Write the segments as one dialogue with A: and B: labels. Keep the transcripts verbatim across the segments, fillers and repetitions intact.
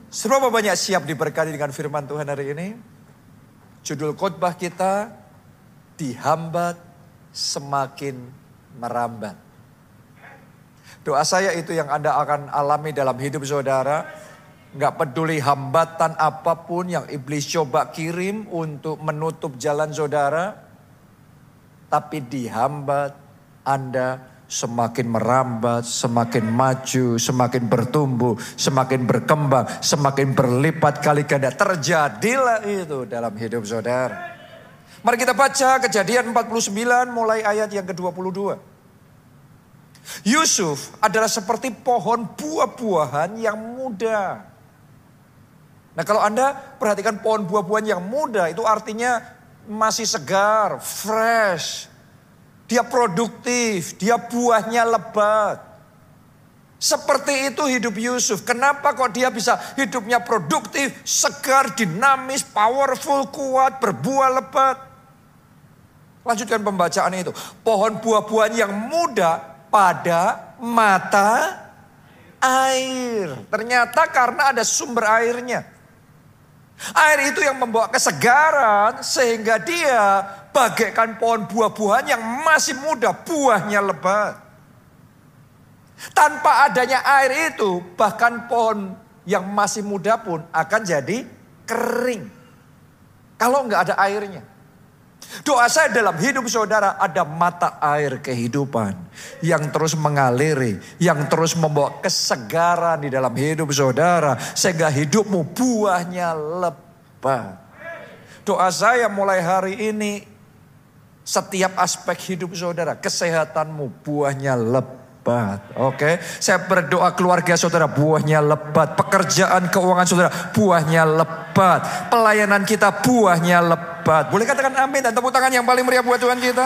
A: Seberapa banyak siap diberkati dengan firman Tuhan hari ini? Judul khotbah kita, dihambat semakin merambat. Doa saya itu yang Anda akan alami dalam hidup saudara. Gak peduli hambatan apapun yang iblis coba kirim untuk menutup jalan saudara. Tapi dihambat Anda semakin merambat, semakin maju, semakin bertumbuh, semakin berkembang, semakin berlipat kali ganda. Terjadilah itu dalam hidup saudara. Mari kita baca Kejadian empat puluh sembilan mulai ayat yang ke dua puluh dua. Yusuf adalah seperti pohon buah-buahan yang muda. Nah, kalau Anda perhatikan pohon buah-buahan yang muda itu artinya masih segar, fresh. Dia produktif, dia buahnya lebat. Seperti itu hidup Yusuf. Kenapa kok dia bisa hidupnya produktif, segar, dinamis, powerful, kuat, berbuah lebat. Lanjutkan pembacaan itu. Pohon buah-buahan yang muda pada mata air. Ternyata karena ada sumber airnya. Air itu yang membawa kesegaran sehingga dia bagaikan pohon buah-buahan yang masih muda, buahnya lebat. Tanpa adanya air itu, bahkan pohon yang masih muda pun akan jadi kering. Kalau nggak ada airnya. Doa saya dalam hidup saudara ada mata air kehidupan yang terus mengaliri, yang terus membawa kesegaran di dalam hidup saudara. Sehingga hidupmu buahnya lebat. Doa saya mulai hari ini, setiap aspek hidup saudara, kesehatanmu buahnya lebat. Oke, saya berdoa keluarga saudara buahnya lebat, pekerjaan keuangan saudara buahnya lebat, pelayanan kita buahnya lebat. Boleh katakan amin dan tepuk tangan yang paling meriah buat Tuhan kita.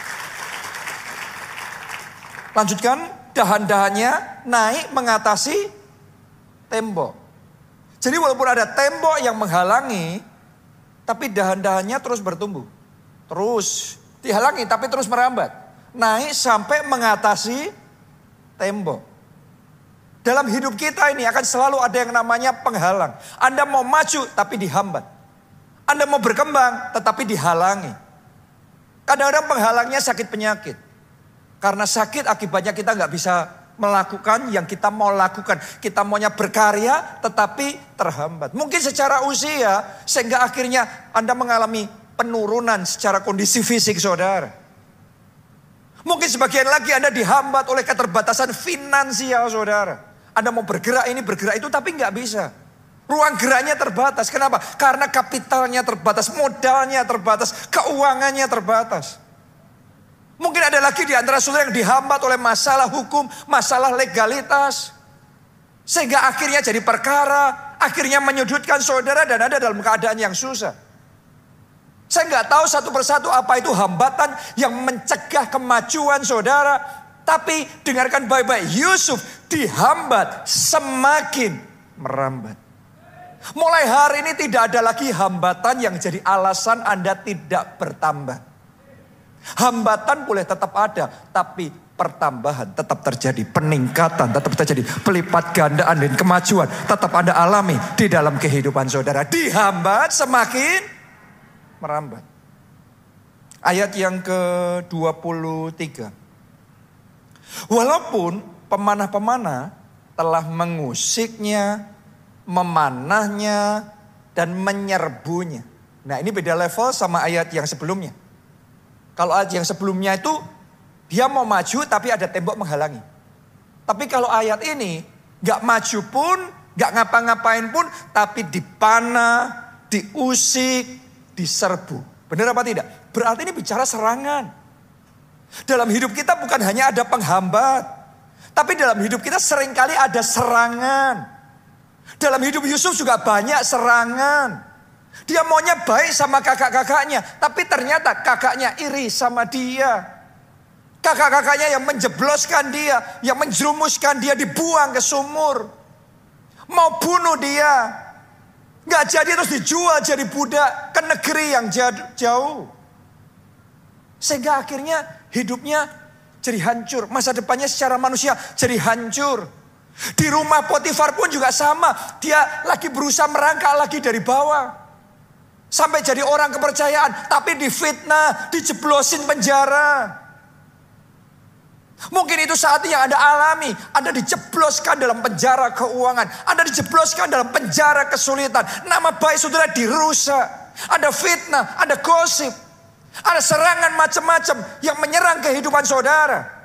A: Lanjutkan, dahan-dahannya naik mengatasi tembok. Jadi walaupun ada tembok yang menghalangi, tapi dahan-dahannya terus bertumbuh. Terus dihalangi tapi terus merambat. Naik sampai mengatasi tembok. Dalam hidup kita ini akan selalu ada yang namanya penghalang. Anda mau maju tapi dihambat. Anda mau berkembang tetapi dihalangi. Kadang-kadang penghalangnya sakit penyakit. Karena sakit akibatnya kita nggak bisa melakukan yang kita mau lakukan. Kita maunya berkarya tetapi terhambat. Mungkin secara usia sehingga akhirnya Anda mengalami penurunan secara kondisi fisik saudara. Mungkin sebagian lagi Anda dihambat oleh keterbatasan finansial saudara. Anda mau bergerak ini bergerak itu tapi nggak bisa. Ruang geraknya terbatas. Kenapa? Karena kapitalnya terbatas, modalnya terbatas, keuangannya terbatas. Mungkin ada lagi di antara saudara yang dihambat oleh masalah hukum, masalah legalitas. Sehingga akhirnya jadi perkara, akhirnya menyudutkan saudara dan ada dalam keadaan yang susah. Saya nggak tahu satu persatu apa itu hambatan yang mencegah kemajuan saudara. Tapi dengarkan baik-baik, Yusuf dihambat semakin merambat. Mulai hari ini tidak ada lagi hambatan yang jadi alasan Anda tidak bertambah. Hambatan boleh tetap ada, tapi pertambahan tetap terjadi. Peningkatan tetap terjadi. Pelipat gandaan dan kemajuan tetap Anda alami di dalam kehidupan saudara. Dihambat semakin merambat. Ayat yang ke dua puluh tiga. Walaupun pemanah-pemanah telah mengusiknya, memanahnya, dan menyerbunya. Nah ini beda level sama ayat yang sebelumnya. Kalau ayat yang sebelumnya itu dia mau maju tapi ada tembok menghalangi. Tapi kalau ayat ini gak maju pun, gak ngapa-ngapain pun, tapi dipanah, diusik, diserbu. Benar apa tidak? Berarti ini bicara serangan. Dalam hidup kita bukan hanya ada penghambat, tapi dalam hidup kita seringkali ada serangan. Dalam hidup Yusuf juga banyak serangan. Dia maunya baik sama kakak-kakaknya, tapi ternyata kakaknya iri sama dia. Kakak-kakaknya yang menjebloskan dia, yang menjerumuskan dia, dibuang ke sumur. Mau bunuh dia. Gak jadi terus dijual jadi budak ke negeri yang jauh. Sehingga akhirnya hidupnya jadi hancur. Masa depannya secara manusia jadi hancur. Di rumah Potifar pun juga sama. Dia lagi berusaha merangkak lagi dari bawah. Sampai jadi orang kepercayaan. Tapi difitnah, dijeblosin penjara. Mungkin itu saatnya yang Anda alami. Anda dijebloskan dalam penjara keuangan. Anda dijebloskan dalam penjara kesulitan. Nama baik saudara dirusak. Ada fitnah, ada gosip. Ada serangan macam-macam yang menyerang kehidupan saudara.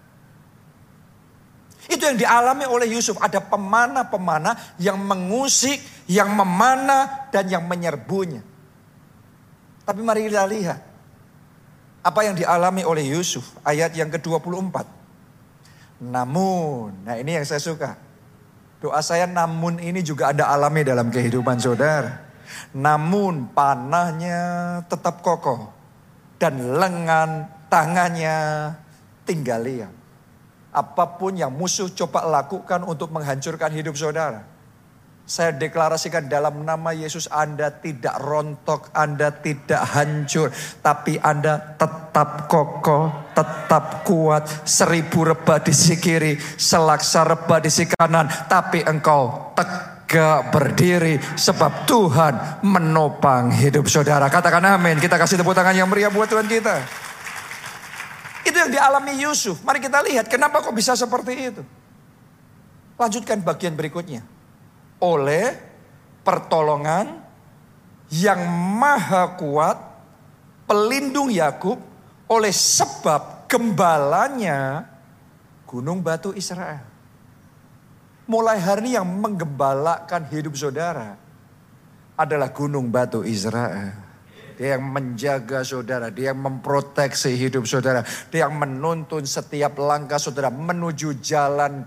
A: Itu yang dialami oleh Yusuf. Ada pemana-pemana yang mengusik, yang memanah, dan yang menyerbunya. Tapi mari kita lihat. Apa yang dialami oleh Yusuf. Ayat yang ke dua puluh empat. Namun, nah ini yang saya suka. Doa saya namun ini juga Anda alami dalam kehidupan saudara. Namun panahnya tetap kokoh. Dan lengan tangannya tinggal liam. Apapun yang musuh coba lakukan untuk menghancurkan hidup saudara. Saya deklarasikan dalam nama Yesus Anda tidak rontok, Anda tidak hancur. Tapi Anda tetap kokoh, tetap kuat. Seribu rebah di sisi kiri, selaksa rebah di sisi kanan. Tapi engkau tegak berdiri sebab Tuhan menopang hidup saudara. Katakan amin, kita kasih tepuk tangan yang meriah buat Tuhan kita. Itu yang dialami Yusuf. Mari kita lihat kenapa kok bisa seperti itu. Lanjutkan bagian berikutnya. Oleh pertolongan yang maha kuat, pelindung Yakub, oleh sebab gembalanya gunung batu Israel. Mulai hari ini yang menggembalakan hidup saudara adalah gunung batu Israel. Dia yang menjaga saudara, dia yang memproteksi hidup saudara. Dia yang menuntun setiap langkah saudara menuju jalan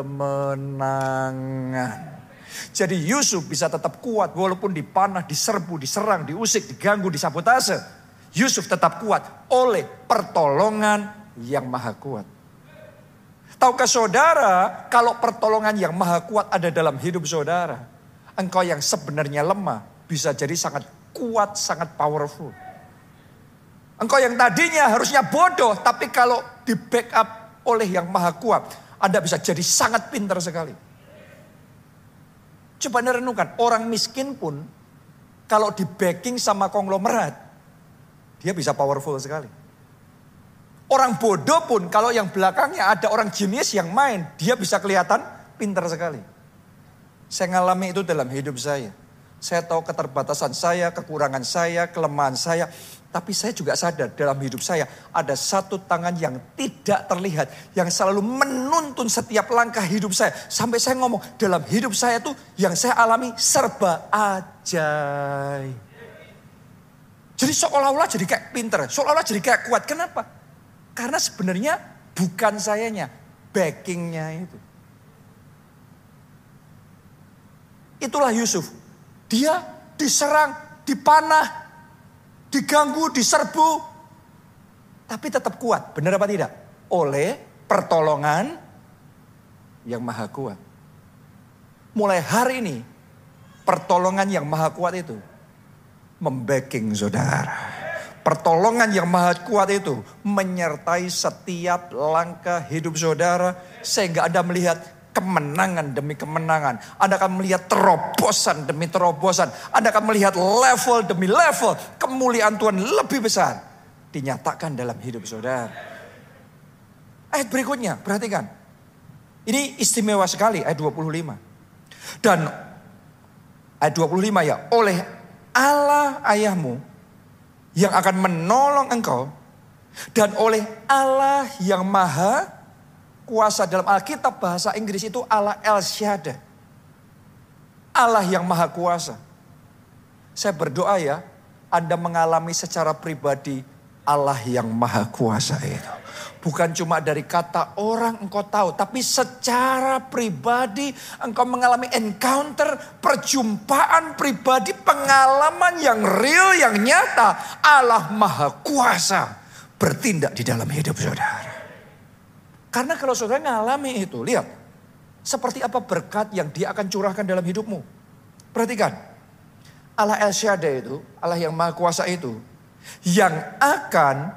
A: kemenangan. Jadi Yusuf bisa tetap kuat walaupun dipanah, diserbu, diserang, diusik, diganggu, disabotase. Yusuf tetap kuat oleh pertolongan yang maha kuat. Tahukah saudara kalau pertolongan yang maha kuat ada dalam hidup saudara, engkau yang sebenarnya lemah bisa jadi sangat kuat, sangat powerful. Engkau yang tadinya harusnya bodoh, tapi kalau di backup oleh yang maha kuat, Anda bisa jadi sangat pintar sekali. Coba Anda renungkan, orang miskin pun kalau di backing sama konglomerat, dia bisa powerful sekali. Orang bodoh pun kalau yang belakangnya ada orang jenius yang main, dia bisa kelihatan pintar sekali. Saya ngalami itu dalam hidup saya. Saya tahu keterbatasan saya, kekurangan saya, kelemahan saya. Tapi saya juga sadar dalam hidup saya ada satu tangan yang tidak terlihat. Yang selalu menuntun setiap langkah hidup saya. Sampai saya ngomong dalam hidup saya tuh yang saya alami serba ajaib. Jadi seolah-olah jadi kayak pinter. Seolah-olah jadi kayak kuat. Kenapa? Karena sebenarnya bukan sayanya. Backingnya itu. Itulah Yusuf. Dia diserang, dipanah, diganggu, diserbu. Tapi tetap kuat. Benar apa tidak? Oleh pertolongan yang maha kuat. Mulai hari ini, pertolongan yang maha kuat itu membacking saudara. Pertolongan yang maha kuat itu menyertai setiap langkah hidup saudara. Sehingga Anda melihat kemenangan demi kemenangan. Anda akan melihat terobosan demi terobosan. Anda akan melihat level demi level. Kemuliaan Tuhan lebih besar dinyatakan dalam hidup saudara. Ayat berikutnya, perhatikan. Ini istimewa sekali, ayat dua puluh lima. Dan ayat dua puluh lima ya, oleh Allah ayahmu yang akan menolong engkau. Dan oleh Allah yang maha kuasa, dalam Alkitab bahasa Inggris itu Allah El Shaddai. Allah yang maha kuasa. Saya berdoa ya, Anda mengalami secara pribadi Allah yang maha kuasa itu. Bukan cuma dari kata orang engkau tahu, tapi secara pribadi engkau mengalami encounter, perjumpaan pribadi, pengalaman yang real, yang nyata. Allah maha kuasa bertindak di dalam hidup saudara. Karena kalau saudara ngalami itu, lihat. Seperti apa berkat yang dia akan curahkan dalam hidupmu. Perhatikan. Allah El Shaddai itu, Allah yang maha kuasa itu. Yang akan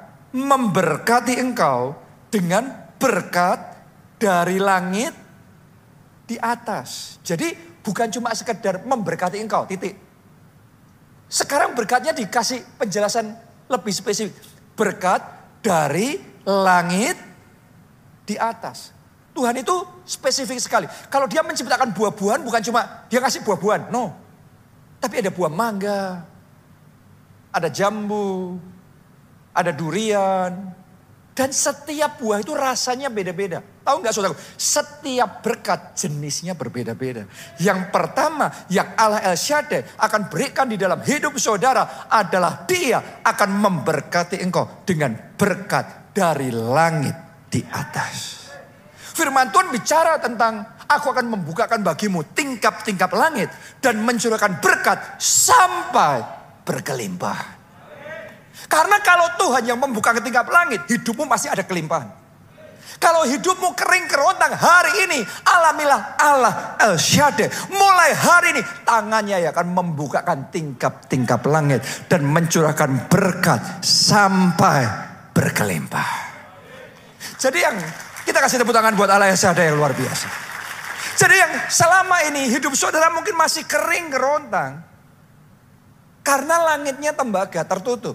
A: memberkati engkau dengan berkat dari langit di atas. Jadi bukan cuma sekedar memberkati engkau, titik. Sekarang berkatnya dikasih penjelasan lebih spesifik. Berkat dari langit di atas. Tuhan itu spesifik sekali. Kalau dia menciptakan buah-buahan bukan cuma dia kasih buah-buahan. No. Tapi ada buah mangga. Ada jambu. Ada durian. Dan setiap buah itu rasanya beda-beda. Tahu nggak saudaraku? Setiap berkat jenisnya berbeda-beda. Yang pertama yang Allah El Shaddai akan berikan di dalam hidup saudara adalah Dia akan memberkati engkau dengan berkat dari langit di atas. Firman Tuhan bicara tentang aku akan membukakan bagimu tingkap-tingkap langit dan mencurahkan berkat sampai berkelimpahan. Karena kalau Tuhan yang membuka tingkap langit, hidupmu pasti ada kelimpahan. Kalau hidupmu kering kerontang hari ini, alamilah Allah El Shaddai. Mulai hari ini, tangannya yang akan membukakan tingkap-tingkap langit dan mencurahkan berkat sampai berkelimpahan. Jadi yang kita kasih tepuk tangan buat Allah El Shaddai yang luar biasa. Jadi yang selama ini hidup saudara mungkin masih kering kerontang. Karena langitnya tembaga tertutup.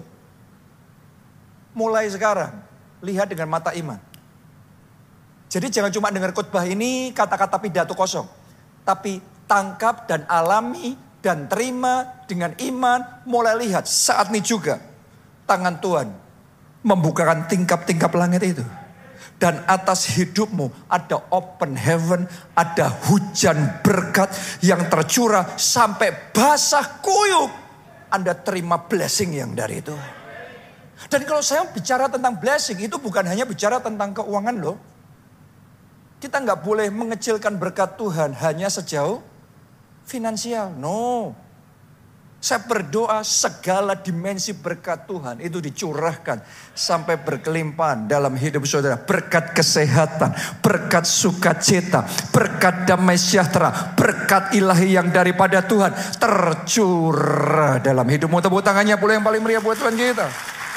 A: Mulai sekarang, lihat dengan mata iman. Jadi jangan cuma dengar khotbah ini kata-kata pidato kosong. Tapi tangkap dan alami dan terima dengan iman. Mulai lihat saat ini juga tangan Tuhan membukakan tingkap-tingkap langit itu. Dan atas hidupmu ada open heaven, ada hujan berkat yang tercurah sampai basah kuyup. Anda terima blessing yang dari itu. Dan kalau saya bicara tentang blessing itu bukan hanya bicara tentang keuangan loh. Kita nggak boleh mengecilkan berkat Tuhan hanya sejauh finansial. No. Saya berdoa segala dimensi berkat Tuhan itu dicurahkan sampai berkelimpahan dalam hidup saudara. Berkat kesehatan, berkat sukacita, berkat damai sejahtera, berkat ilahi yang daripada Tuhan tercurah dalam hidupmu. Tepuk tangannya pula yang paling meriah buat Tuhan kita.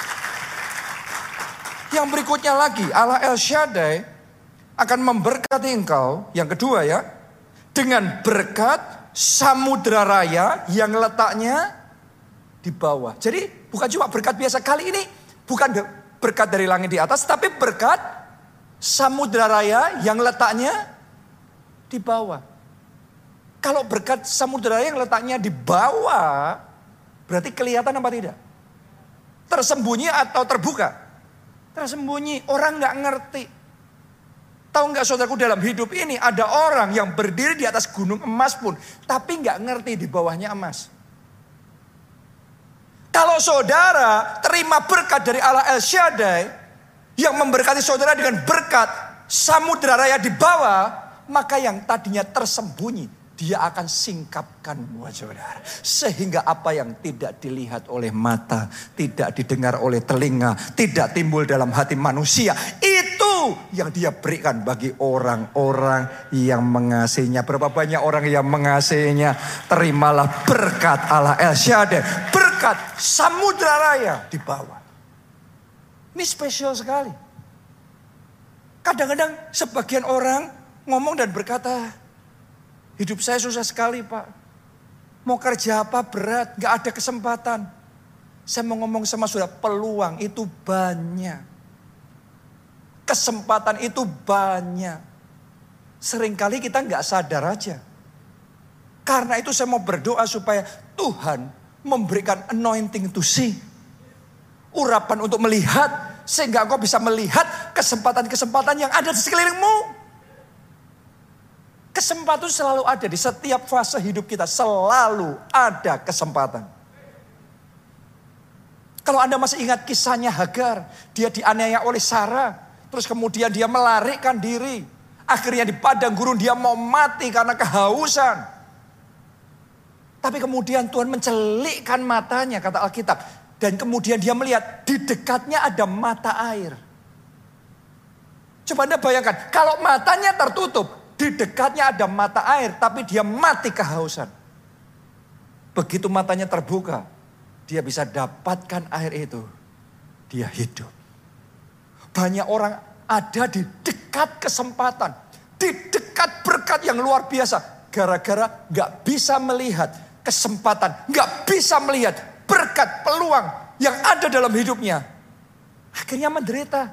A: Yang berikutnya lagi, Allah El Shaddai akan memberkati engkau. Yang kedua ya, dengan berkat samudra raya yang letaknya di bawah. Jadi bukan cuma berkat biasa, kali ini bukan berkat dari langit di atas, tapi berkat samudra raya yang letaknya di bawah. Kalau berkat samudra raya yang letaknya di bawah, berarti kelihatan apa tidak? Tersembunyi atau terbuka? Tersembunyi, orang gak ngerti. Tahu gak saudaraku, dalam hidup ini ada orang yang berdiri di atas gunung emas pun, tapi gak ngerti di bawahnya emas. Kalau saudara terima berkat dari Allah El Shaddai, yang memberkati saudara dengan berkat samudra raya di bawah, maka yang tadinya tersembunyi, Dia akan singkapkan buat saudara. Sehingga apa yang tidak dilihat oleh mata, tidak didengar oleh telinga, tidak timbul dalam hati manusia, itu yang Dia berikan bagi orang-orang yang mengasihinya. Berapa banyak orang yang mengasihinya? Terimalah berkat Allah El Shaddai, berkat samudra raya di bawah. Ini spesial sekali. Kadang-kadang sebagian orang ngomong dan berkata, hidup saya susah sekali Pak. Mau kerja apa berat, gak ada kesempatan. Saya mau ngomong sama saudara, peluang itu banyak. Kesempatan itu banyak. Seringkali kita gak sadar aja. Karena itu saya mau berdoa supaya Tuhan memberikan anointing to see. Urapan untuk melihat. Sehingga engkau bisa melihat kesempatan-kesempatan yang ada di sekelilingmu. Kesempatan selalu ada di setiap fase hidup kita. Selalu ada kesempatan. Kalau Anda masih ingat kisahnya Hagar. Dia dianiaya oleh Sarah. Terus kemudian dia melarikan diri. Akhirnya di padang gurun dia mau mati karena kehausan. Tapi kemudian Tuhan mencelikkan matanya, kata Alkitab. Dan kemudian dia melihat di dekatnya ada mata air. Coba Anda bayangkan, kalau matanya tertutup. Di dekatnya ada mata air, tapi dia mati kehausan. Begitu matanya terbuka, dia bisa dapatkan air itu. Dia hidup. Banyak orang ada di dekat kesempatan. di dekat berkat yang luar biasa. Gara-gara gak bisa melihat kesempatan, gak bisa melihat berkat peluang yang ada dalam hidupnya. Akhirnya menderita.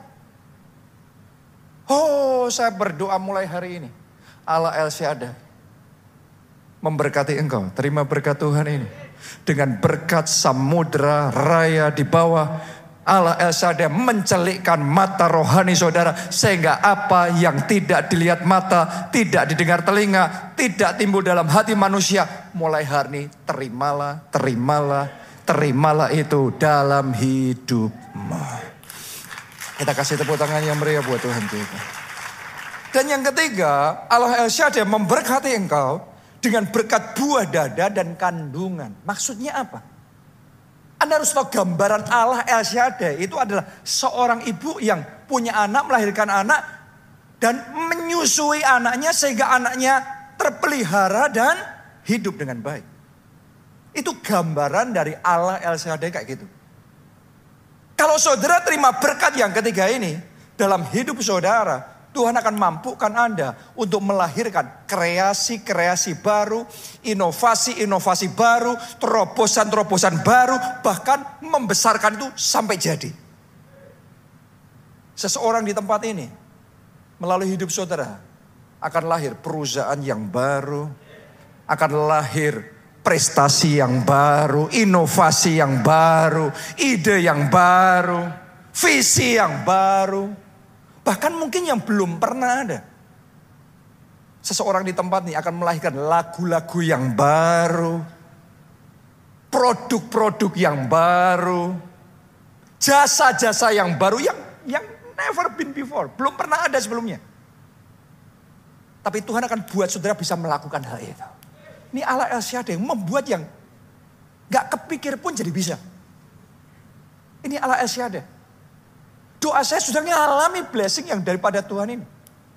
A: Oh, saya berdoa mulai hari ini. Allah El Shaddai memberkati engkau. Terima berkat Tuhan ini. Dengan berkat samudra raya di bawah, Allah El Shaddai mencelikkan mata rohani saudara. Sehingga apa yang tidak dilihat mata, tidak didengar telinga, tidak timbul dalam hati manusia. Mulai hari ini terimalah, terimalah, terimalah itu dalam hidupmu. Kita kasih tepuk tangan yang meriah buat Tuhan kita. Dan yang ketiga, Allah El Shaddai memberkati engkau dengan berkat buah dada dan kandungan. Maksudnya apa? Anda harus tahu gambaran Allah El Shaddai itu adalah seorang ibu yang punya anak, melahirkan anak, dan menyusui anaknya sehingga anaknya terpelihara dan hidup dengan baik. Itu gambaran dari Allah El Shaddai kayak gitu. Kalau saudara terima berkat yang ketiga ini dalam hidup saudara, Tuhan akan mampukan Anda untuk melahirkan kreasi-kreasi baru, inovasi-inovasi baru, terobosan-terobosan baru, bahkan membesarkan itu sampai jadi. Seseorang di tempat ini, melalui hidup saudara, akan lahir perusahaan yang baru, akan lahir prestasi yang baru, inovasi yang baru, ide yang baru, visi yang baru. Bahkan mungkin yang belum pernah ada. Seseorang di tempat ini akan melahirkan lagu-lagu yang baru. Produk-produk yang baru. Jasa-jasa yang baru yang yang never been before. Belum pernah ada sebelumnya. Tapi Tuhan akan buat saudara bisa melakukan hal itu. Ini Allah El Shaddai yang membuat yang gak kepikir pun jadi bisa. Ini Allah El Shaddai. Doa saya sudah mengalami blessing yang daripada Tuhan ini.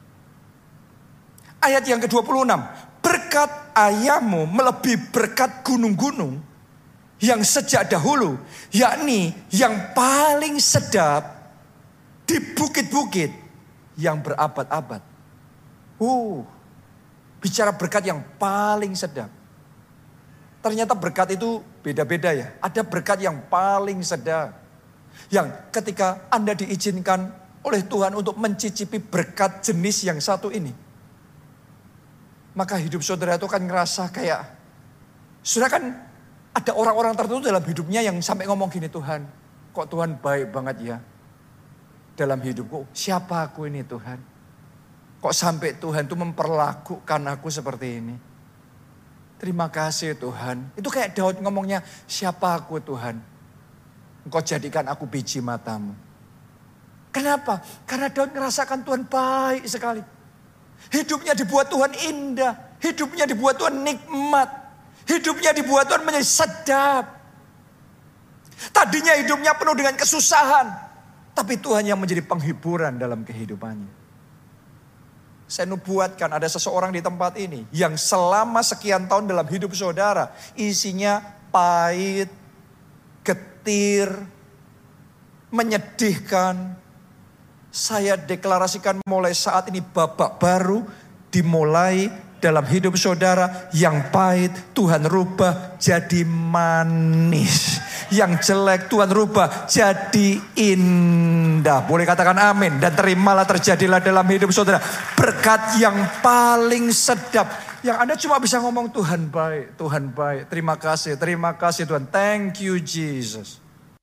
A: Ayat yang ke dua puluh enam. Berkat ayahmu melebihi berkat gunung-gunung yang sejak dahulu. Yakni yang paling sedap di bukit-bukit yang berabad-abad. Uh, bicara berkat yang paling sedap. Ternyata berkat itu beda-beda ya. Ada berkat yang paling sedap. Yang ketika Anda diizinkan oleh Tuhan untuk mencicipi berkat jenis yang satu ini. Maka hidup saudara itu akan ngerasa kayak. Saudara kan ada orang-orang tertentu dalam hidupnya yang sampai ngomong gini, Tuhan. Kok Tuhan baik banget ya. Dalam hidupku, siapa aku ini Tuhan? Kok sampai Tuhan itu memperlakukan aku seperti ini? Terima kasih Tuhan. Itu kayak Daud ngomongnya, siapa aku Tuhan? Engkau jadikan aku biji matamu. Kenapa? Karena Daud merasakan Tuhan baik sekali. Hidupnya dibuat Tuhan indah. Hidupnya dibuat Tuhan nikmat. Hidupnya dibuat Tuhan menjadi sedap. Tadinya hidupnya penuh dengan kesusahan. Tapi Tuhan yang menjadi penghiburan dalam kehidupannya. Saya nubuatkan ada seseorang di tempat ini. Yang selama sekian tahun dalam hidup saudara. Isinya pahit, getir, menyedihkan. Saya deklarasikan mulai saat ini babak baru dimulai dalam hidup saudara. Yang pahit Tuhan rubah jadi manis. Yang jelek Tuhan rubah jadi indah. Boleh katakan amin. Dan terimalah terjadilah dalam hidup saudara berkat yang paling sedap. Yang Anda cuma bisa ngomong Tuhan baik, Tuhan baik. Terima kasih, terima kasih Tuhan. Thank you Jesus.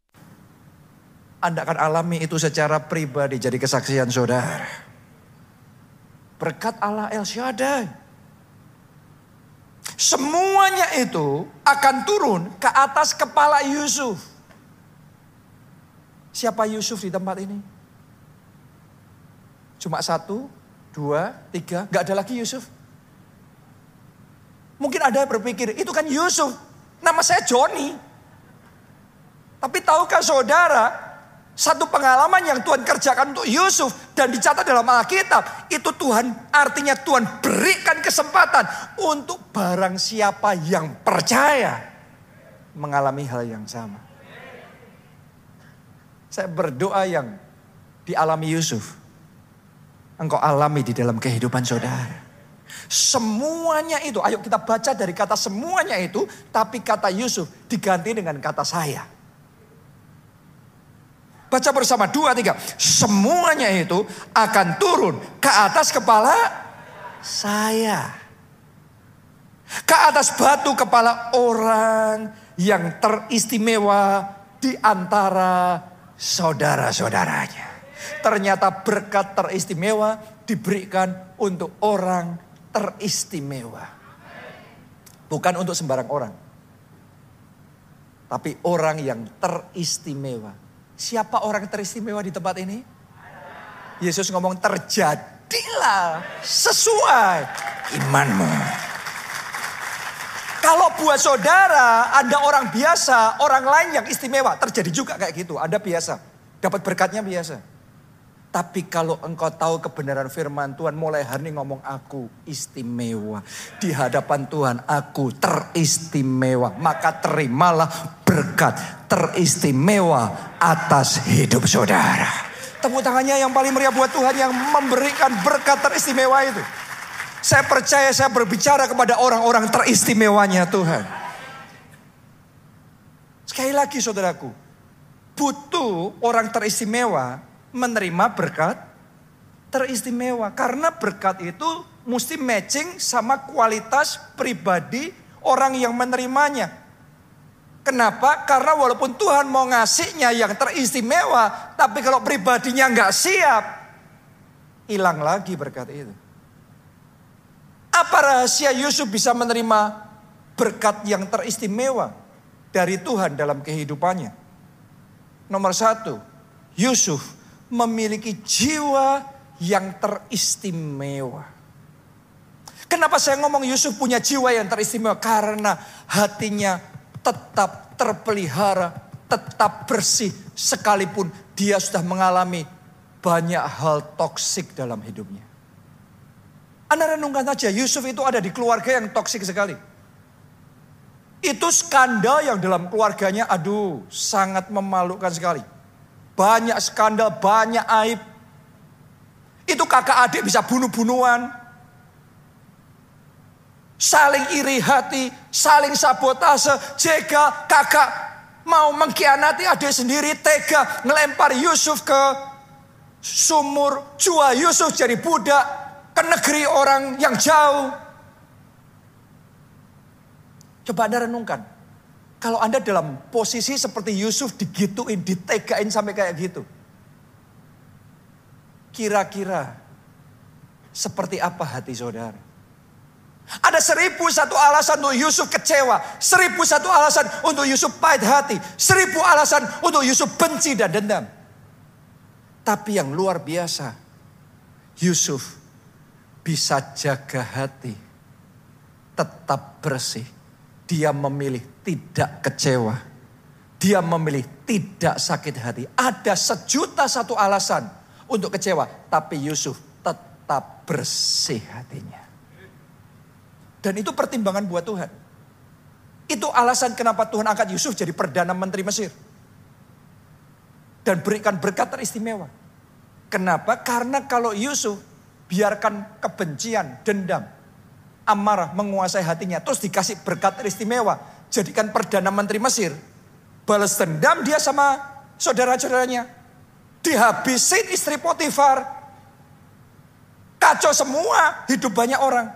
A: Anda akan alami itu secara pribadi jadi kesaksian saudara. Berkat Allah El Shaddai. Semuanya itu akan turun ke atas kepala Yusuf. Siapa Yusuf di tempat ini? Cuma satu, dua, tiga. Gak ada lagi Yusuf. Mungkin ada yang berpikir, itu kan Yusuf. Nama saya Joni. Tapi tahukah saudara, satu pengalaman yang Tuhan kerjakan untuk Yusuf dan dicatat dalam Alkitab, itu Tuhan, artinya Tuhan berikan kesempatan untuk barang siapa yang percaya mengalami hal yang sama. Saya berdoa yang dialami Yusuf. engkau alami di dalam kehidupan saudara. Semuanya itu, ayo kita baca dari kata semuanya itu, tapi kata Yusuf diganti dengan kata saya. Baca bersama, dua, tiga. Semuanya itu akan turun ke atas kepala saya. Ke atas batu kepala orang yang teristimewa di antara saudara-saudaranya. Ternyata berkat teristimewa diberikan untuk orang teristimewa. Bukan untuk sembarang orang. Tapi orang yang teristimewa. Siapa orang teristimewa di tempat ini? Yesus ngomong terjadilah sesuai imanmu. Kalau buat saudara, Anda orang biasa, orang lain yang istimewa. Terjadi juga kayak gitu, Anda biasa. Dapat berkatnya biasa. Tapi kalau engkau tahu kebenaran firman Tuhan, mulai hari ini ngomong aku istimewa. Di hadapan Tuhan aku teristimewa. Maka terimalah berkat teristimewa atas hidup saudara. Tepuk tangannya yang paling meriah buat Tuhan yang memberikan berkat teristimewa itu. Saya percaya saya berbicara kepada orang-orang teristimewanya Tuhan. Sekali lagi saudaraku, butuh orang teristimewa menerima berkat teristimewa. Karena berkat itu mesti matching sama kualitas pribadi orang yang menerimanya. Kenapa? Karena walaupun Tuhan mau ngasihnya yang teristimewa, tapi kalau pribadinya nggak siap, hilang lagi berkat itu. Apa rahasia Yusuf bisa menerima berkat yang teristimewa dari Tuhan dalam kehidupannya? Nomor satu, Yusuf memiliki jiwa yang teristimewa. Kenapa saya ngomong Yusuf punya jiwa yang teristimewa? Karena hatinya tetap terpelihara, tetap bersih. Sekalipun dia sudah mengalami banyak hal toksik dalam hidupnya. Anda renungkan saja, Yusuf itu ada di keluarga yang toksik sekali. Itu skandal yang dalam keluarganya, aduh, sangat memalukan sekali. Banyak skandal, banyak aib. Itu kakak adik bisa bunuh-bunuhan. Saling iri hati, saling sabotase. Jega kakak mau mengkhianati adik sendiri, tega ngelempar Yusuf ke sumur. Jual Yusuf jadi budak ke negeri orang yang jauh. Coba Anda renungkan. Kalau Anda dalam posisi seperti Yusuf digituin, ditegain sampai kayak gitu. Kira-kira seperti apa hati saudara? Ada seribu satu alasan untuk Yusuf kecewa. Seribu satu alasan untuk Yusuf pahit hati. Seribu alasan untuk Yusuf benci dan dendam. Tapi yang luar biasa, Yusuf bisa jaga hati, tetap bersih. Dia memilih tidak kecewa. Dia memilih tidak sakit hati. Ada sejuta satu alasan untuk kecewa. Tapi Yusuf tetap bersih hatinya. Dan itu pertimbangan buat Tuhan. Itu alasan kenapa Tuhan angkat Yusuf jadi Perdana Menteri Mesir. Dan berikan berkat teristimewa. Kenapa? Karena kalau Yusuf biarkan kebencian, dendam, amarah menguasai hatinya. Terus dikasih berkat teristimewa. Jadikan Perdana Menteri Mesir. Balas dendam dia sama saudara-saudaranya. Dihabisin istri Potifar. Kacau semua hidup banyak orang.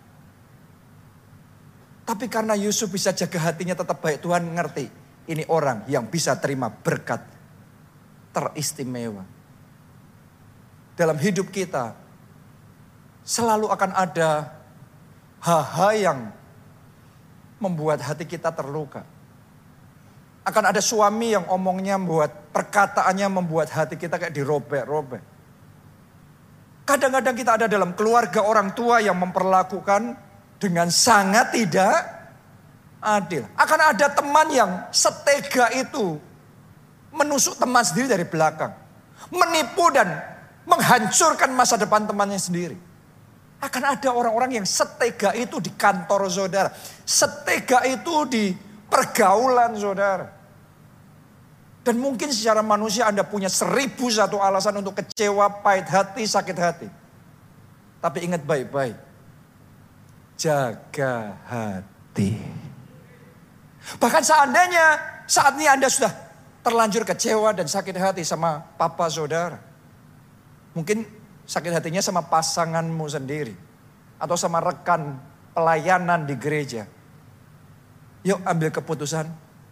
A: Tapi karena Yusuf bisa jaga hatinya tetap baik. Tuhan ngerti. Ini orang yang bisa terima berkat teristimewa. Dalam hidup kita selalu akan ada hal-hal yang membuat hati kita terluka. Akan ada suami yang omongnya membuat, perkataannya membuat hati kita kayak dirobek-robek. Kadang-kadang kita ada dalam keluarga orang tua yang memperlakukan dengan sangat tidak adil. Akan ada teman yang setega itu menusuk teman sendiri dari belakang. Menipu dan menghancurkan masa depan temannya sendiri. Akan ada orang-orang yang setega itu di kantor saudara. Setega itu di pergaulan saudara. Dan mungkin secara manusia Anda punya seribu satu alasan untuk kecewa, pahit hati, sakit hati. Tapi ingat baik-baik. Jaga hati. Bahkan seandainya saat ini Anda sudah terlanjur kecewa dan sakit hati sama papa saudara. Mungkin sakit hatinya sama pasanganmu sendiri. Atau sama rekan pelayanan di gereja. Yuk ambil keputusan.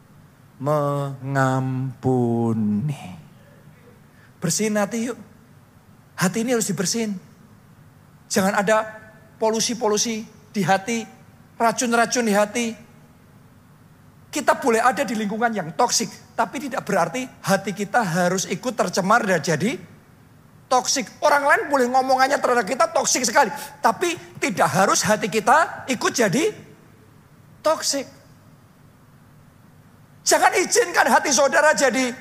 A: Mengampuni. Bersihin hati yuk. Hati ini harus dibersihin. Jangan ada polusi-polusi di hati. Racun-racun di hati. Kita boleh ada di lingkungan yang toksik. Tapi tidak berarti hati kita harus ikut tercemar dan jadi toksik. Orang lain boleh ngomongannya terhadap kita toksik sekali. Tapi tidak harus hati kita ikut jadi toksik. Jangan izinkan hati saudara jadi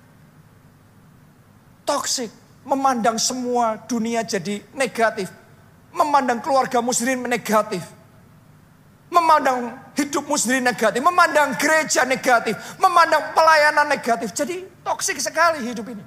A: toksik. Memandang semua dunia jadi negatif. Memandang keluargamu sendiri negatif. Memandang hidupmu sendiri negatif. Memandang gereja negatif. Memandang pelayanan negatif. Jadi toksik sekali hidup ini.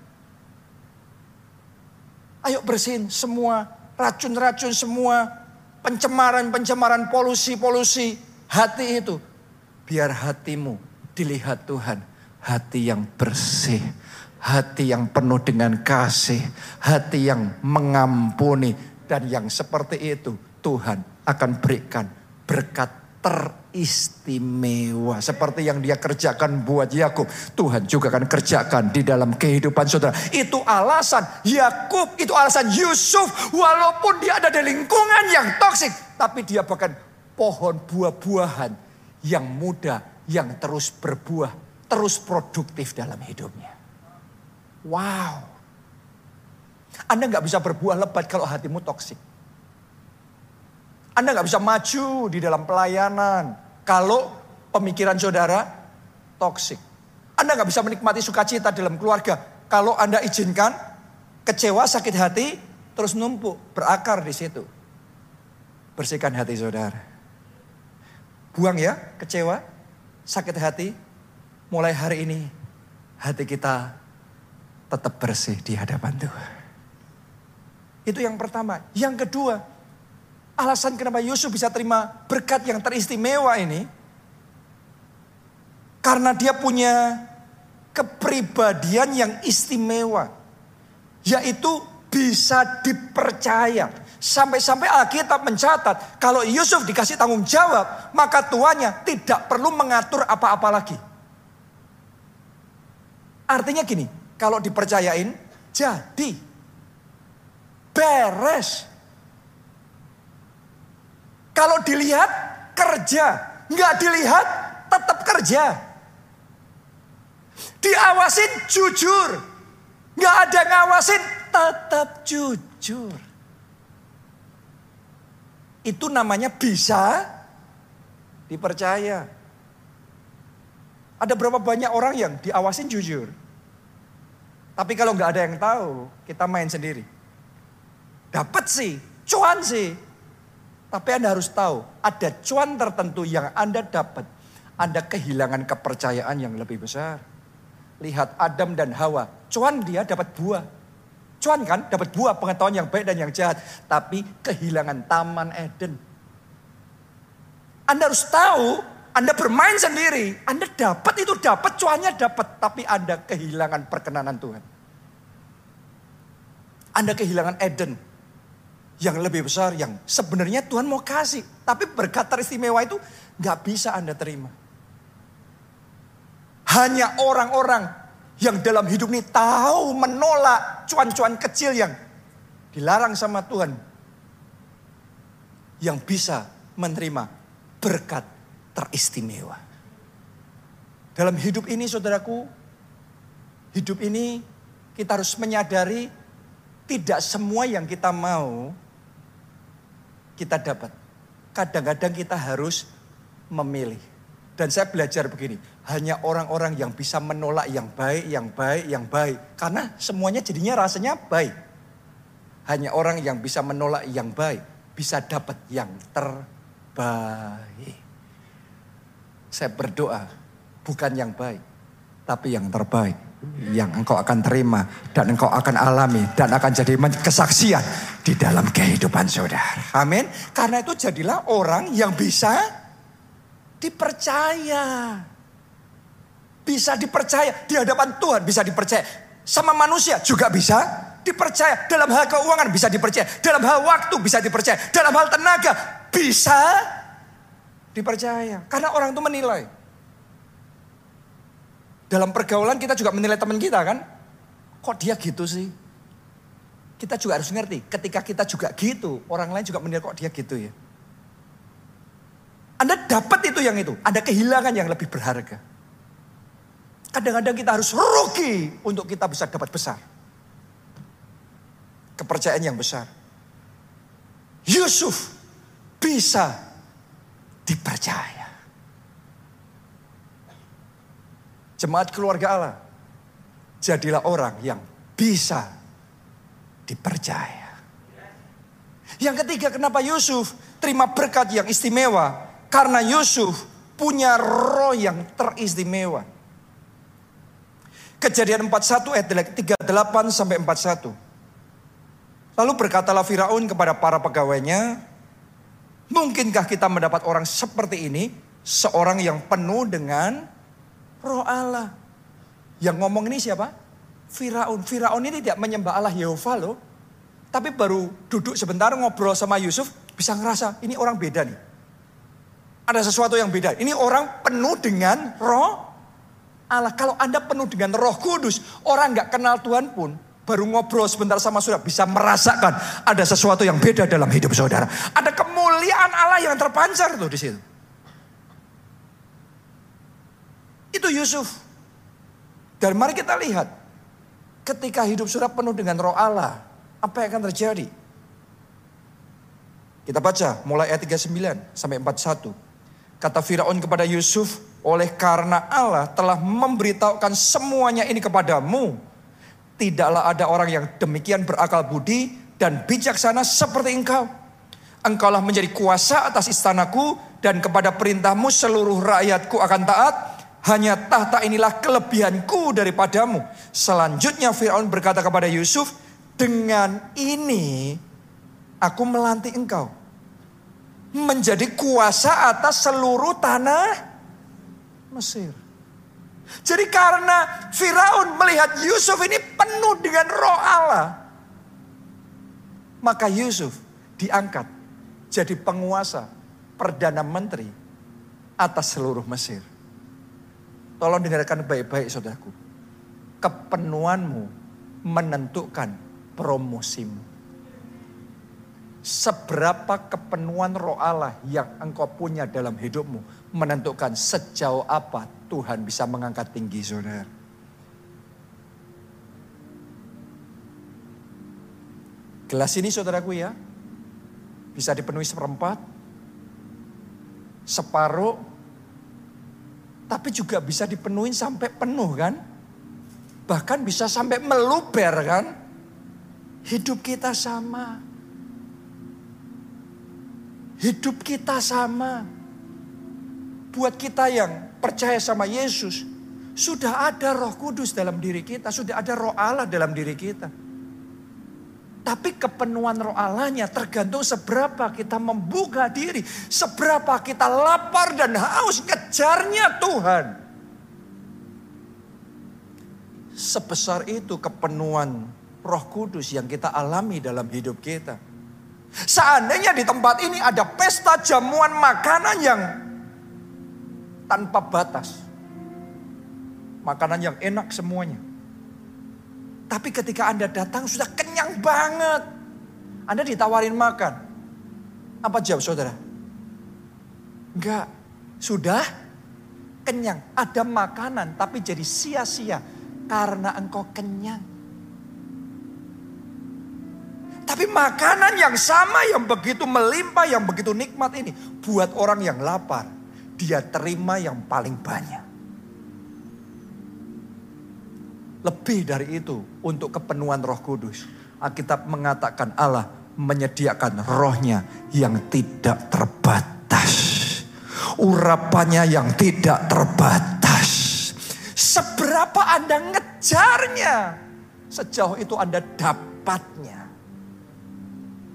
A: Ayo bersihin semua racun-racun, semua pencemaran-pencemaran, polusi-polusi hati itu. Biar hatimu dilihat Tuhan, hati yang bersih, hati yang penuh dengan kasih, hati yang mengampuni. Dan yang seperti itu Tuhan akan berikan berkat teristimewa. Seperti yang dia kerjakan buat Yakub, Tuhan juga akan kerjakan di dalam kehidupan saudara. Itu alasan Yakub, itu alasan Yusuf. Walaupun dia ada di lingkungan yang toksik, tapi dia bahkan pohon buah-buahan yang muda, yang terus berbuah, terus produktif dalam hidupnya. Wow. Anda gak bisa berbuah lebat kalau hatimu toksik. Anda gak bisa maju di dalam pelayanan kalau pemikiran saudara toksik. Anda gak bisa menikmati sukacita dalam keluarga kalau Anda izinkan kecewa, sakit hati, terus numpuk, berakar di situ. Bersihkan hati saudara. Buang ya kecewa, sakit hati. Mulai hari ini hati kita tetap bersih di hadapan Tuhan. Itu yang pertama. Yang kedua, alasan kenapa Yusuf bisa terima berkat yang teristimewa ini, karena dia punya kepribadian yang istimewa, yaitu bisa dipercaya. Sampai-sampai Alkitab mencatat, kalau Yusuf dikasih tanggung jawab, maka tuannya tidak perlu mengatur apa-apa lagi. Artinya gini, kalau dipercayain, jadi. Beres. Kalau dilihat, kerja. Nggak dilihat, tetap kerja. Diawasin, jujur. Nggak ada ngawasin, tetap jujur. Itu namanya bisa dipercaya. Ada berapa banyak orang yang diawasin jujur. Tapi kalau nggak ada yang tahu, kita main sendiri. Dapat sih, cuan sih. Tapi Anda harus tahu, ada cuan tertentu yang Anda dapat. Anda kehilangan kepercayaan yang lebih besar. Lihat Adam dan Hawa, cuan dia dapat buah. Cuan kan, dapat buah pengetahuan yang baik dan yang jahat. Tapi kehilangan Taman Eden. Anda harus tahu, Anda bermain sendiri. Anda dapat itu dapat, cuannya dapat. Tapi Anda kehilangan perkenanan Tuhan. Anda kehilangan Eden. Yang lebih besar, yang sebenarnya Tuhan mau kasih. Tapi berkat teristimewa itu gak bisa Anda terima. Hanya orang-orang yang dalam hidup ini tahu menolak cuan-cuan kecil yang dilarang sama Tuhan. Yang bisa menerima berkat teristimewa. Dalam hidup ini saudaraku, hidup ini kita harus menyadari tidak semua yang kita mau kita dapat. Kadang-kadang kita harus memilih. Dan saya belajar begini, hanya orang-orang yang bisa menolak yang baik, yang baik, yang baik. Karena semuanya jadinya rasanya baik. Hanya orang yang bisa menolak yang baik, bisa dapat yang terbaik. Saya berdoa, bukan yang baik, tapi yang terbaik. Yang engkau akan terima dan engkau akan alami dan akan jadi kesaksian di dalam kehidupan saudara. Amin. Karena itu jadilah orang yang bisa dipercaya. Bisa dipercaya di hadapan Tuhan, bisa dipercaya. Sama manusia juga bisa dipercaya. Dalam hal keuangan bisa dipercaya. Dalam hal waktu bisa dipercaya. Dalam hal tenaga bisa dipercaya. Karena orang itu menilai. Dalam pergaulan kita juga menilai teman kita kan. Kok dia gitu sih? Kita juga harus ngerti, ketika kita juga gitu, orang lain juga menilai kok dia gitu ya. Anda dapat itu yang itu, Anda kehilangan yang lebih berharga. Kadang-kadang kita harus rugi untuk kita bisa dapat besar. Kepercayaan yang besar. Yusuf bisa dipercaya. Jemaat keluarga Allah, jadilah orang yang bisa dipercaya. Yang ketiga, kenapa Yusuf terima berkat yang istimewa? Karena Yusuf punya roh yang teristimewa. Kejadian empat puluh satu ayat tiga puluh delapan sampai empat puluh satu. Lalu berkatalah Firaun kepada para pegawainya, mungkinkah kita mendapat orang seperti ini, seorang yang penuh dengan roh Allah? Yang ngomong ini siapa? Firaun. Firaun ini tidak menyembah Allah Yehova loh. Tapi baru duduk sebentar ngobrol sama Yusuf, bisa ngerasa ini orang beda nih. Ada sesuatu yang beda. Ini orang penuh dengan roh Allah. Kalau Anda penuh dengan roh kudus, orang gak kenal Tuhan pun, baru ngobrol sebentar sama saudara, bisa merasakan ada sesuatu yang beda dalam hidup saudara. Ada kemuliaan Allah yang terpancar tuh di situ. Itu Yusuf. Dan mari kita lihat. Ketika hidup saudara penuh dengan roh Allah, apa yang akan terjadi? Kita baca mulai ayat tiga puluh sembilan sampai empat puluh satu. Kata Firaun kepada Yusuf, oleh karena Allah telah memberitahukan semuanya ini kepadamu, tidaklah ada orang yang demikian berakal budi dan bijaksana seperti engkau. Engkaulah menjadi kuasa atas istanaku dan kepada perintahmu seluruh rakyatku akan taat. Hanya tahta inilah kelebihanku daripadamu. Selanjutnya Firaun berkata kepada Yusuf, dengan ini aku melantik engkau menjadi kuasa atas seluruh tanah Mesir. Jadi karena Firaun melihat Yusuf ini penuh dengan roh Allah, maka Yusuf diangkat jadi penguasa, perdana menteri atas seluruh Mesir. Tolong dengarkan baik-baik saudaraku. Kepenuhanmu menentukan promosimu. Seberapa kepenuhan roh Allah yang engkau punya dalam hidupmu menentukan sejauh apa Tuhan bisa mengangkat tinggi saudara. Gelas ini saudaraku ya, bisa dipenuhi seperempat, separuh, tapi juga bisa dipenuhi sampai penuh kan. Bahkan bisa sampai meluber kan. Hidup kita sama. Hidup kita sama. Buat kita yang percaya sama Yesus, sudah ada Roh Kudus dalam diri kita. Sudah ada Roh Allah dalam diri kita. Tapi kepenuhan roh Allahnya tergantung seberapa kita membuka diri. Seberapa kita lapar dan haus ngejarnya Tuhan. Sebesar itu kepenuhan Roh Kudus yang kita alami dalam hidup kita. Seandainya di tempat ini ada pesta jamuan makanan yang tanpa batas. Makanan yang enak semuanya. Tapi ketika Anda datang sudah kenyang banget. Anda ditawarin makan. Apa jawab saudara? Enggak. Sudah kenyang. Ada makanan tapi jadi sia-sia. Karena engkau kenyang. Tapi makanan yang sama, yang begitu melimpah, yang begitu nikmat ini. Buat orang yang lapar. Dia terima yang paling banyak. Lebih dari itu untuk kepenuhan Roh Kudus. Alkitab mengatakan Allah menyediakan rohnya yang tidak terbatas. Urapannya yang tidak terbatas. Seberapa Anda ngejarnya, sejauh itu Anda dapatnya.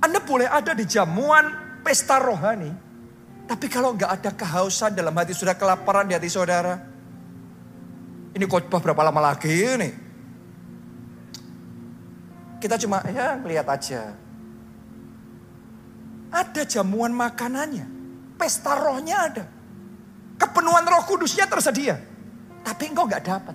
A: Anda boleh ada di jamuan pesta rohani, tapi kalau nggak ada kehausan dalam hati, sudah kelaparan di hati saudara. Ini khotbah berapa lama lagi nih? Kita cuma ya lihat aja. Ada jamuan makanannya, pesta rohnya ada. Kepenuhan Roh Kudusnya tersedia, tapi engkau nggak dapat.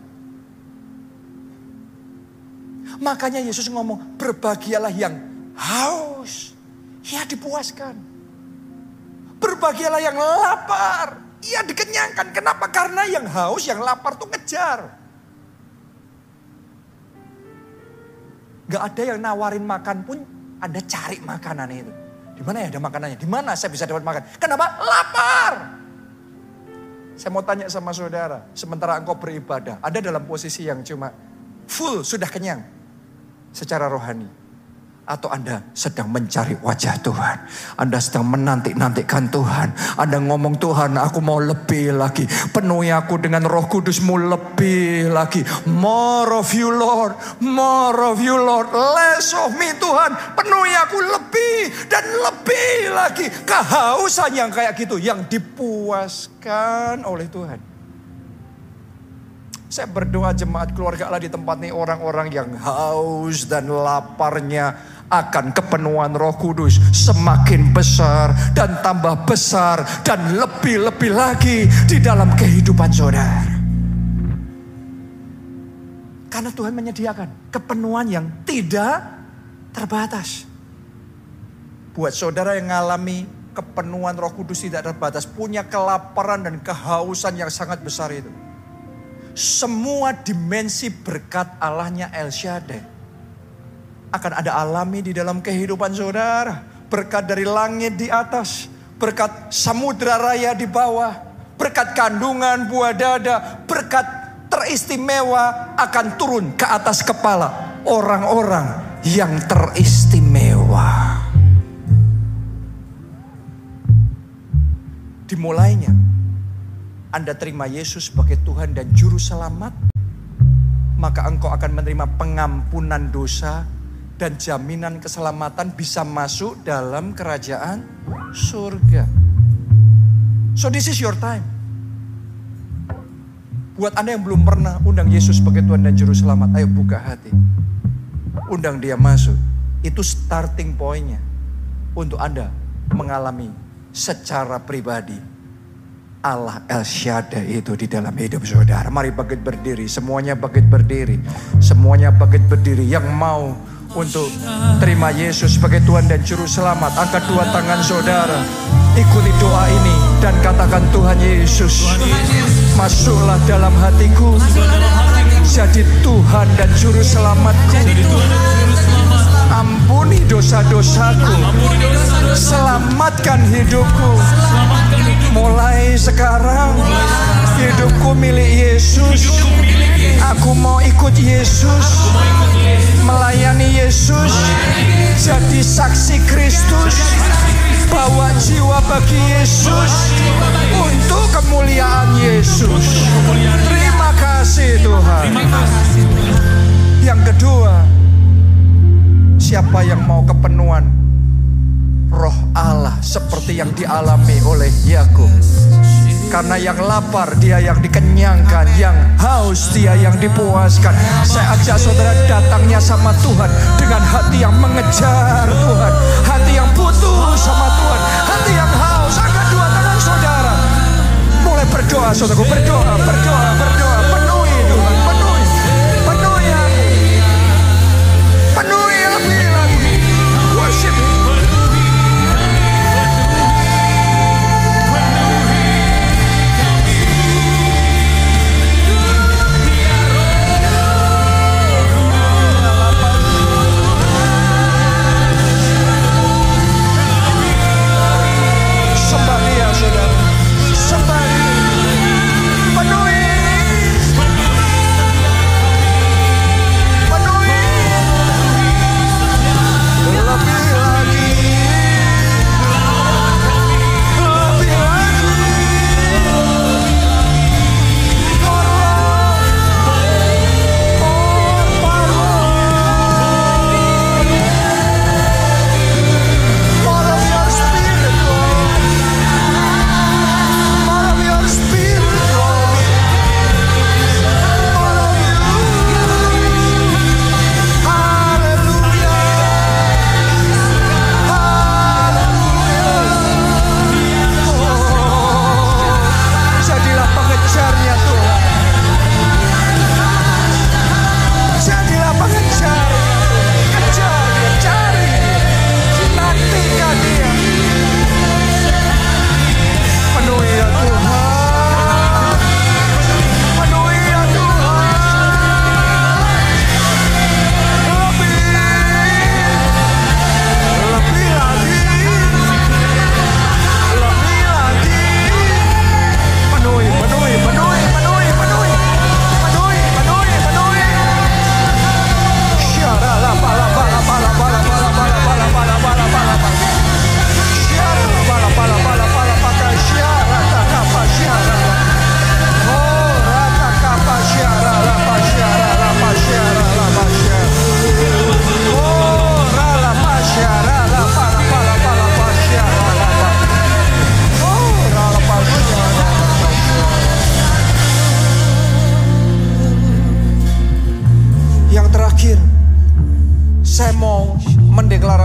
A: Makanya Yesus ngomong, berbahagialah yang haus, ia dipuaskan. Berbahagialah yang lapar, ia dikenyangkan. Kenapa? Karena yang haus, yang lapar tuh ngejar. Gak ada yang nawarin makan pun, Anda cari makanan itu. Di mana ya ada makanannya? Di mana saya bisa dapat makan? Kenapa? Lapar. Saya mau tanya sama saudara, sementara engkau beribadah, ada dalam posisi yang cuma full, sudah kenyang secara rohani. Atau Anda sedang mencari wajah Tuhan. Anda sedang menanti-nantikan Tuhan. Anda ngomong, Tuhan aku mau lebih lagi. Penuhi aku dengan Roh Kudus-Mu lebih lagi. More of you Lord. More of you Lord. Less of me Tuhan. Penuhi aku lebih dan lebih lagi. Kehausan yang kayak gitu. Yang dipuaskan oleh Tuhan. Saya berdoa jemaat keluarga Allah di tempat ini, orang-orang yang haus dan laparnya akan kepenuhan Roh Kudus semakin besar dan tambah besar dan lebih-lebih lagi di dalam kehidupan saudara. Karena Tuhan menyediakan kepenuhan yang tidak terbatas. Buat saudara yang mengalami kepenuhan Roh Kudus tidak terbatas, punya kelaparan dan kehausan yang sangat besar itu. Semua dimensi berkat Allahnya El Shaddai akan ada alami di dalam kehidupan saudara. Berkat dari langit di atas, berkat samudra raya di bawah, berkat kandungan buah dada, berkat teristimewa akan turun ke atas kepala orang-orang yang teristimewa. Dimulainya Anda terima Yesus sebagai Tuhan dan Juru Selamat, maka engkau akan menerima pengampunan dosa dan jaminan keselamatan bisa masuk dalam kerajaan surga. So this is your time. Buat Anda yang belum pernah undang Yesus sebagai Tuhan dan Juru Selamat, ayo buka hati. Undang dia masuk. Itu starting point-nya untuk Anda mengalami secara pribadi Allah El Shaddai itu di dalam hidup saudara. Mari bangkit berdiri, semuanya bangkit berdiri. Semuanya bangkit berdiri. Yang mau untuk terima Yesus sebagai Tuhan dan Juru Selamat, angkat dua tangan saudara. Ikuti doa ini dan katakan, Tuhan Yesus, masuklah dalam hatiku. Jadi Tuhan dan Juru Selamatku. Ampuni dosa-dosaku. Selamatkan hidupku. Mulai sekarang hidupku milik Yesus. Aku mau ikut Yesus, melayani Yesus, jadi saksi Kristus, bawa jiwa bagi Yesus untuk kemuliaan Yesus. Terima kasih Tuhan. Yang kedua, siapa yang mau kepenuhan Roh Allah seperti yang dialami oleh Yakub? Karena yang lapar dia yang dikenyangkan, yang haus dia yang dipuaskan. Saya ajak saudara datangnya sama Tuhan dengan hati yang mengejar Tuhan, hati yang butuh sama Tuhan, hati yang haus. Angkat dua tangan saudara, mulai berdoa saudaraku, berdoa, berdoa, berdoa. Penuhi Tuhan, penuhi, penuhi hati, penuhi lebih lagi. Worship. Sembah dia saudara, sembah dia. Penuhi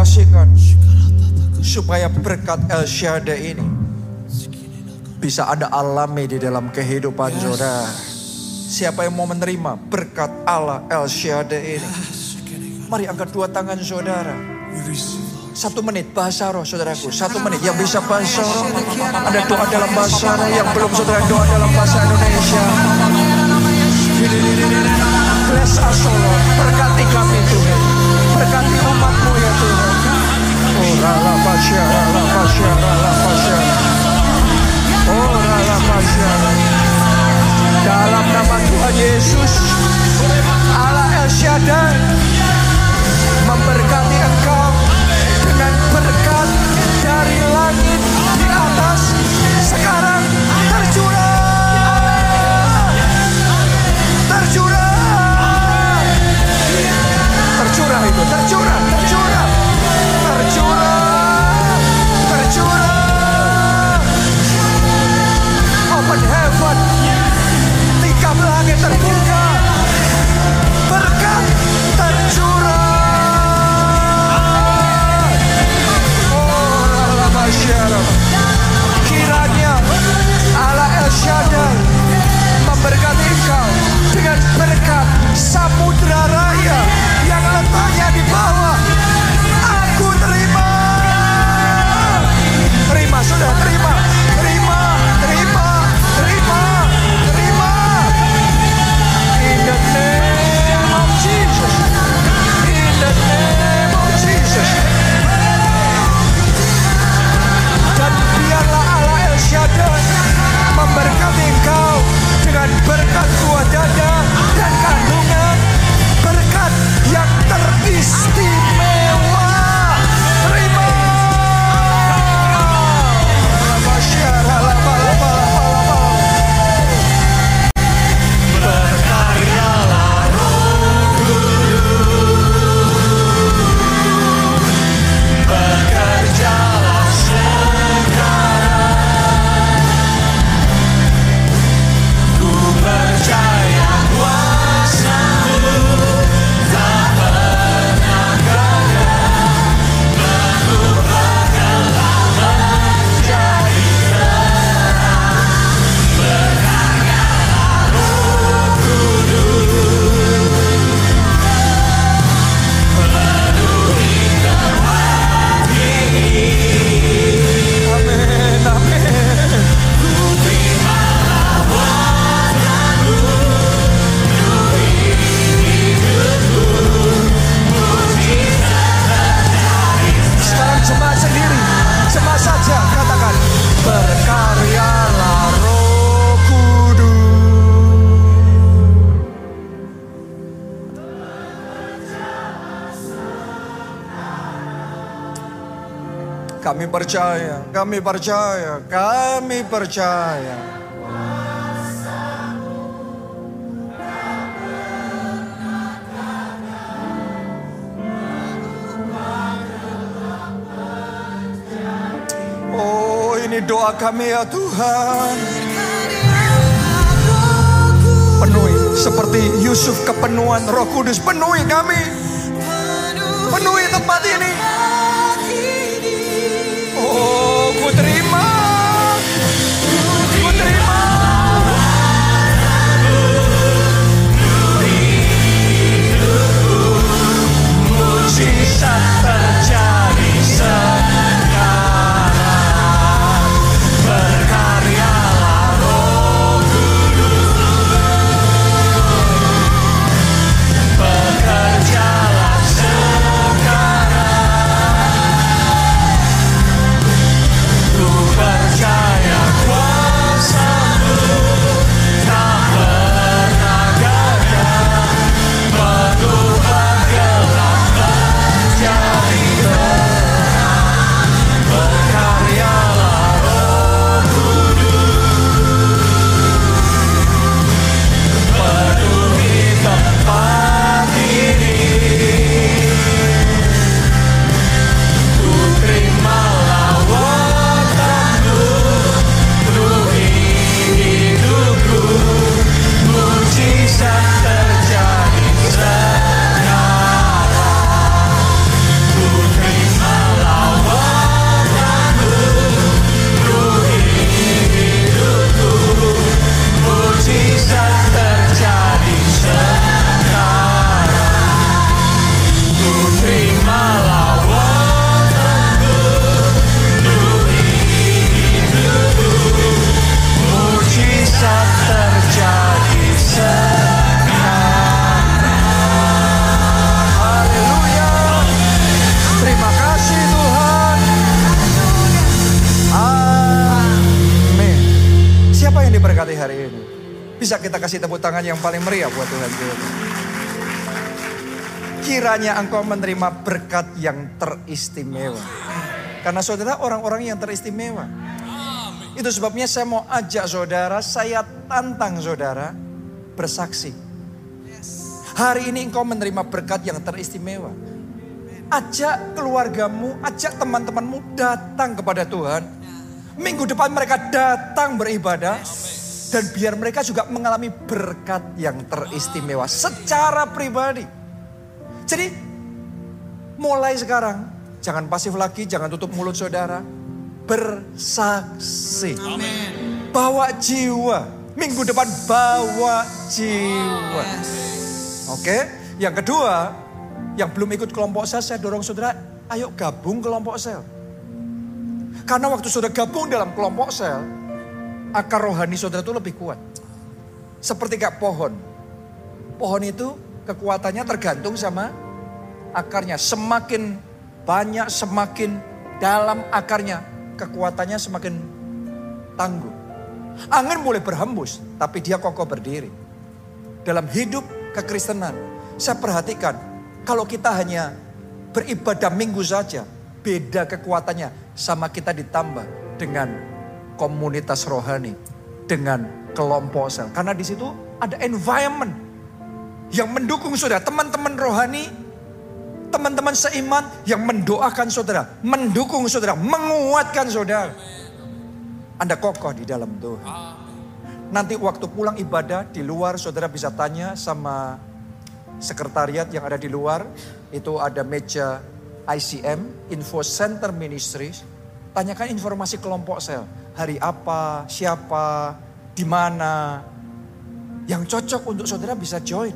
A: deklarasikan supaya berkat El Shaddai ini bisa Anda alami di dalam kehidupan saudara. Siapa yang mau menerima berkat Allah El Shaddai ini? Mari angkat dua tangan saudara. Satu menit bahasa roh saudaraku. Satu menit yang bisa bahasa roh. Ada doa dalam bahasa roh. Yang belum saudara doa dalam bahasa Indonesia. Bless us Lord. Berkati kami Tuhan. Berkati umatmu ya Tuhan. Oh rala pasya, rala pasya, rala pasya. Oh rala pasya. Dalam nama Tuhan Yesus, Allah El Shaddai memberkati engkau dengan berkat dari langit di atas sekarang tercurah, tercurah, tercurah itu, tercurah, tercurah, tercurah, tercurah. Open heaven, tikam langit terbuka, berkat tercurah. Kiranya Allah El Shaddai memberkati engkau dengan berkat samudra raya yang letaknya di bawah. Aku terima, terima sudah terima, terima, terima, terima, terima. In the name of Jesus, in the name of Jesus. Dan biarlah Allah El Shaddai memberkati engkau dengan berkat buah dada dan kandungan, berkat yang teristimewa. Terima. Berkaryalah Roh Kudus, bekerjalah percaya kuasa-Mu tak pernah gagal, berubahkanlah menjadi terang, berkaryalah Roh Kudus, penuhi tempat ini. Amin, amin. Jemaat sendiri, jemaat saja katakan berkaryalah Roh Kudus. Kami percaya, kami percaya, kami percaya. Ini doa kami ya Tuhan. Penuhi seperti Yusuf kepenuhan Roh Kudus. Penuhi kami. Penuhi tempat ini. Oh, ku terima. Ku terima. Mujizat terjadi sekarang. Berkaryalah Roh Kudus, bekerjalah sekarang. hari ini. Bisa kita kasih tepuk tangan yang paling meriah buat Tuhan kita. Kiranya engkau menerima berkat yang teristimewa. Karena saudara orang-orang yang teristimewa. Itu sebabnya saya mau ajak saudara, saya tantang saudara bersaksi. Hari ini engkau menerima berkat yang teristimewa. Ajak keluargamu, ajak teman-temanmu datang kepada Tuhan. Minggu depan mereka datang beribadah. Dan biar mereka juga mengalami berkat yang teristimewa secara pribadi. Jadi mulai sekarang jangan pasif lagi, jangan tutup mulut saudara. Bersaksi.
B: Amin.
A: Bawa jiwa. Minggu depan bawa jiwa. Oke. Yang kedua, yang belum ikut kelompok sel, saya dorong saudara, ayo gabung kelompok sel. Karena waktu saudara gabung dalam kelompok sel, akar rohani saudara itu lebih kuat. Seperti kayak pohon. Pohon itu kekuatannya tergantung sama akarnya. Semakin banyak, semakin dalam akarnya, kekuatannya semakin tangguh. Angin boleh berhembus, tapi dia kokoh berdiri. Dalam hidup kekristenan, saya perhatikan, kalau kita hanya beribadah minggu saja, beda kekuatannya sama kita ditambah dengan komunitas rohani, dengan kelompok sel. Karena di situ ada environment yang mendukung saudara, teman-teman rohani, teman-teman seiman yang mendoakan saudara, mendukung saudara, menguatkan saudara. Anda kokoh di dalam Tuhan. Nanti waktu pulang ibadah di luar saudara bisa tanya sama sekretariat yang ada di luar. Itu ada meja I C M, Info Center Ministries. Tanyakan informasi kelompok sel. Hari apa, siapa, di mana. Yang cocok untuk saudara bisa join.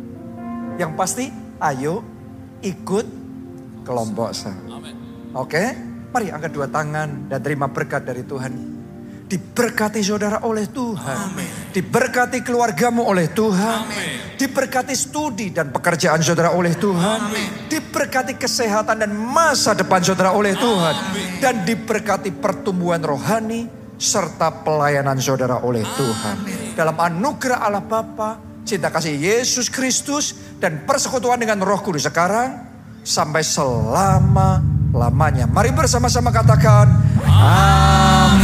A: Yang pasti ayo ikut kelompok sel. Oke, mari angkat dua tangan dan terima berkat dari Tuhan. Diberkati saudara oleh Tuhan.
B: Amin.
A: Diberkati keluargamu oleh Tuhan.
B: Amin.
A: Diberkati studi dan pekerjaan saudara oleh Tuhan.
B: Amin.
A: Diberkati kesehatan dan masa depan saudara oleh Tuhan.
B: Amin.
A: Dan diberkati pertumbuhan rohani serta pelayanan saudara oleh Tuhan.
B: Amin.
A: Dalam anugerah Allah Bapa, cinta kasih Yesus Kristus dan persekutuan dengan Roh Kudus sekarang sampai selama-lamanya. Mari bersama-sama katakan amin.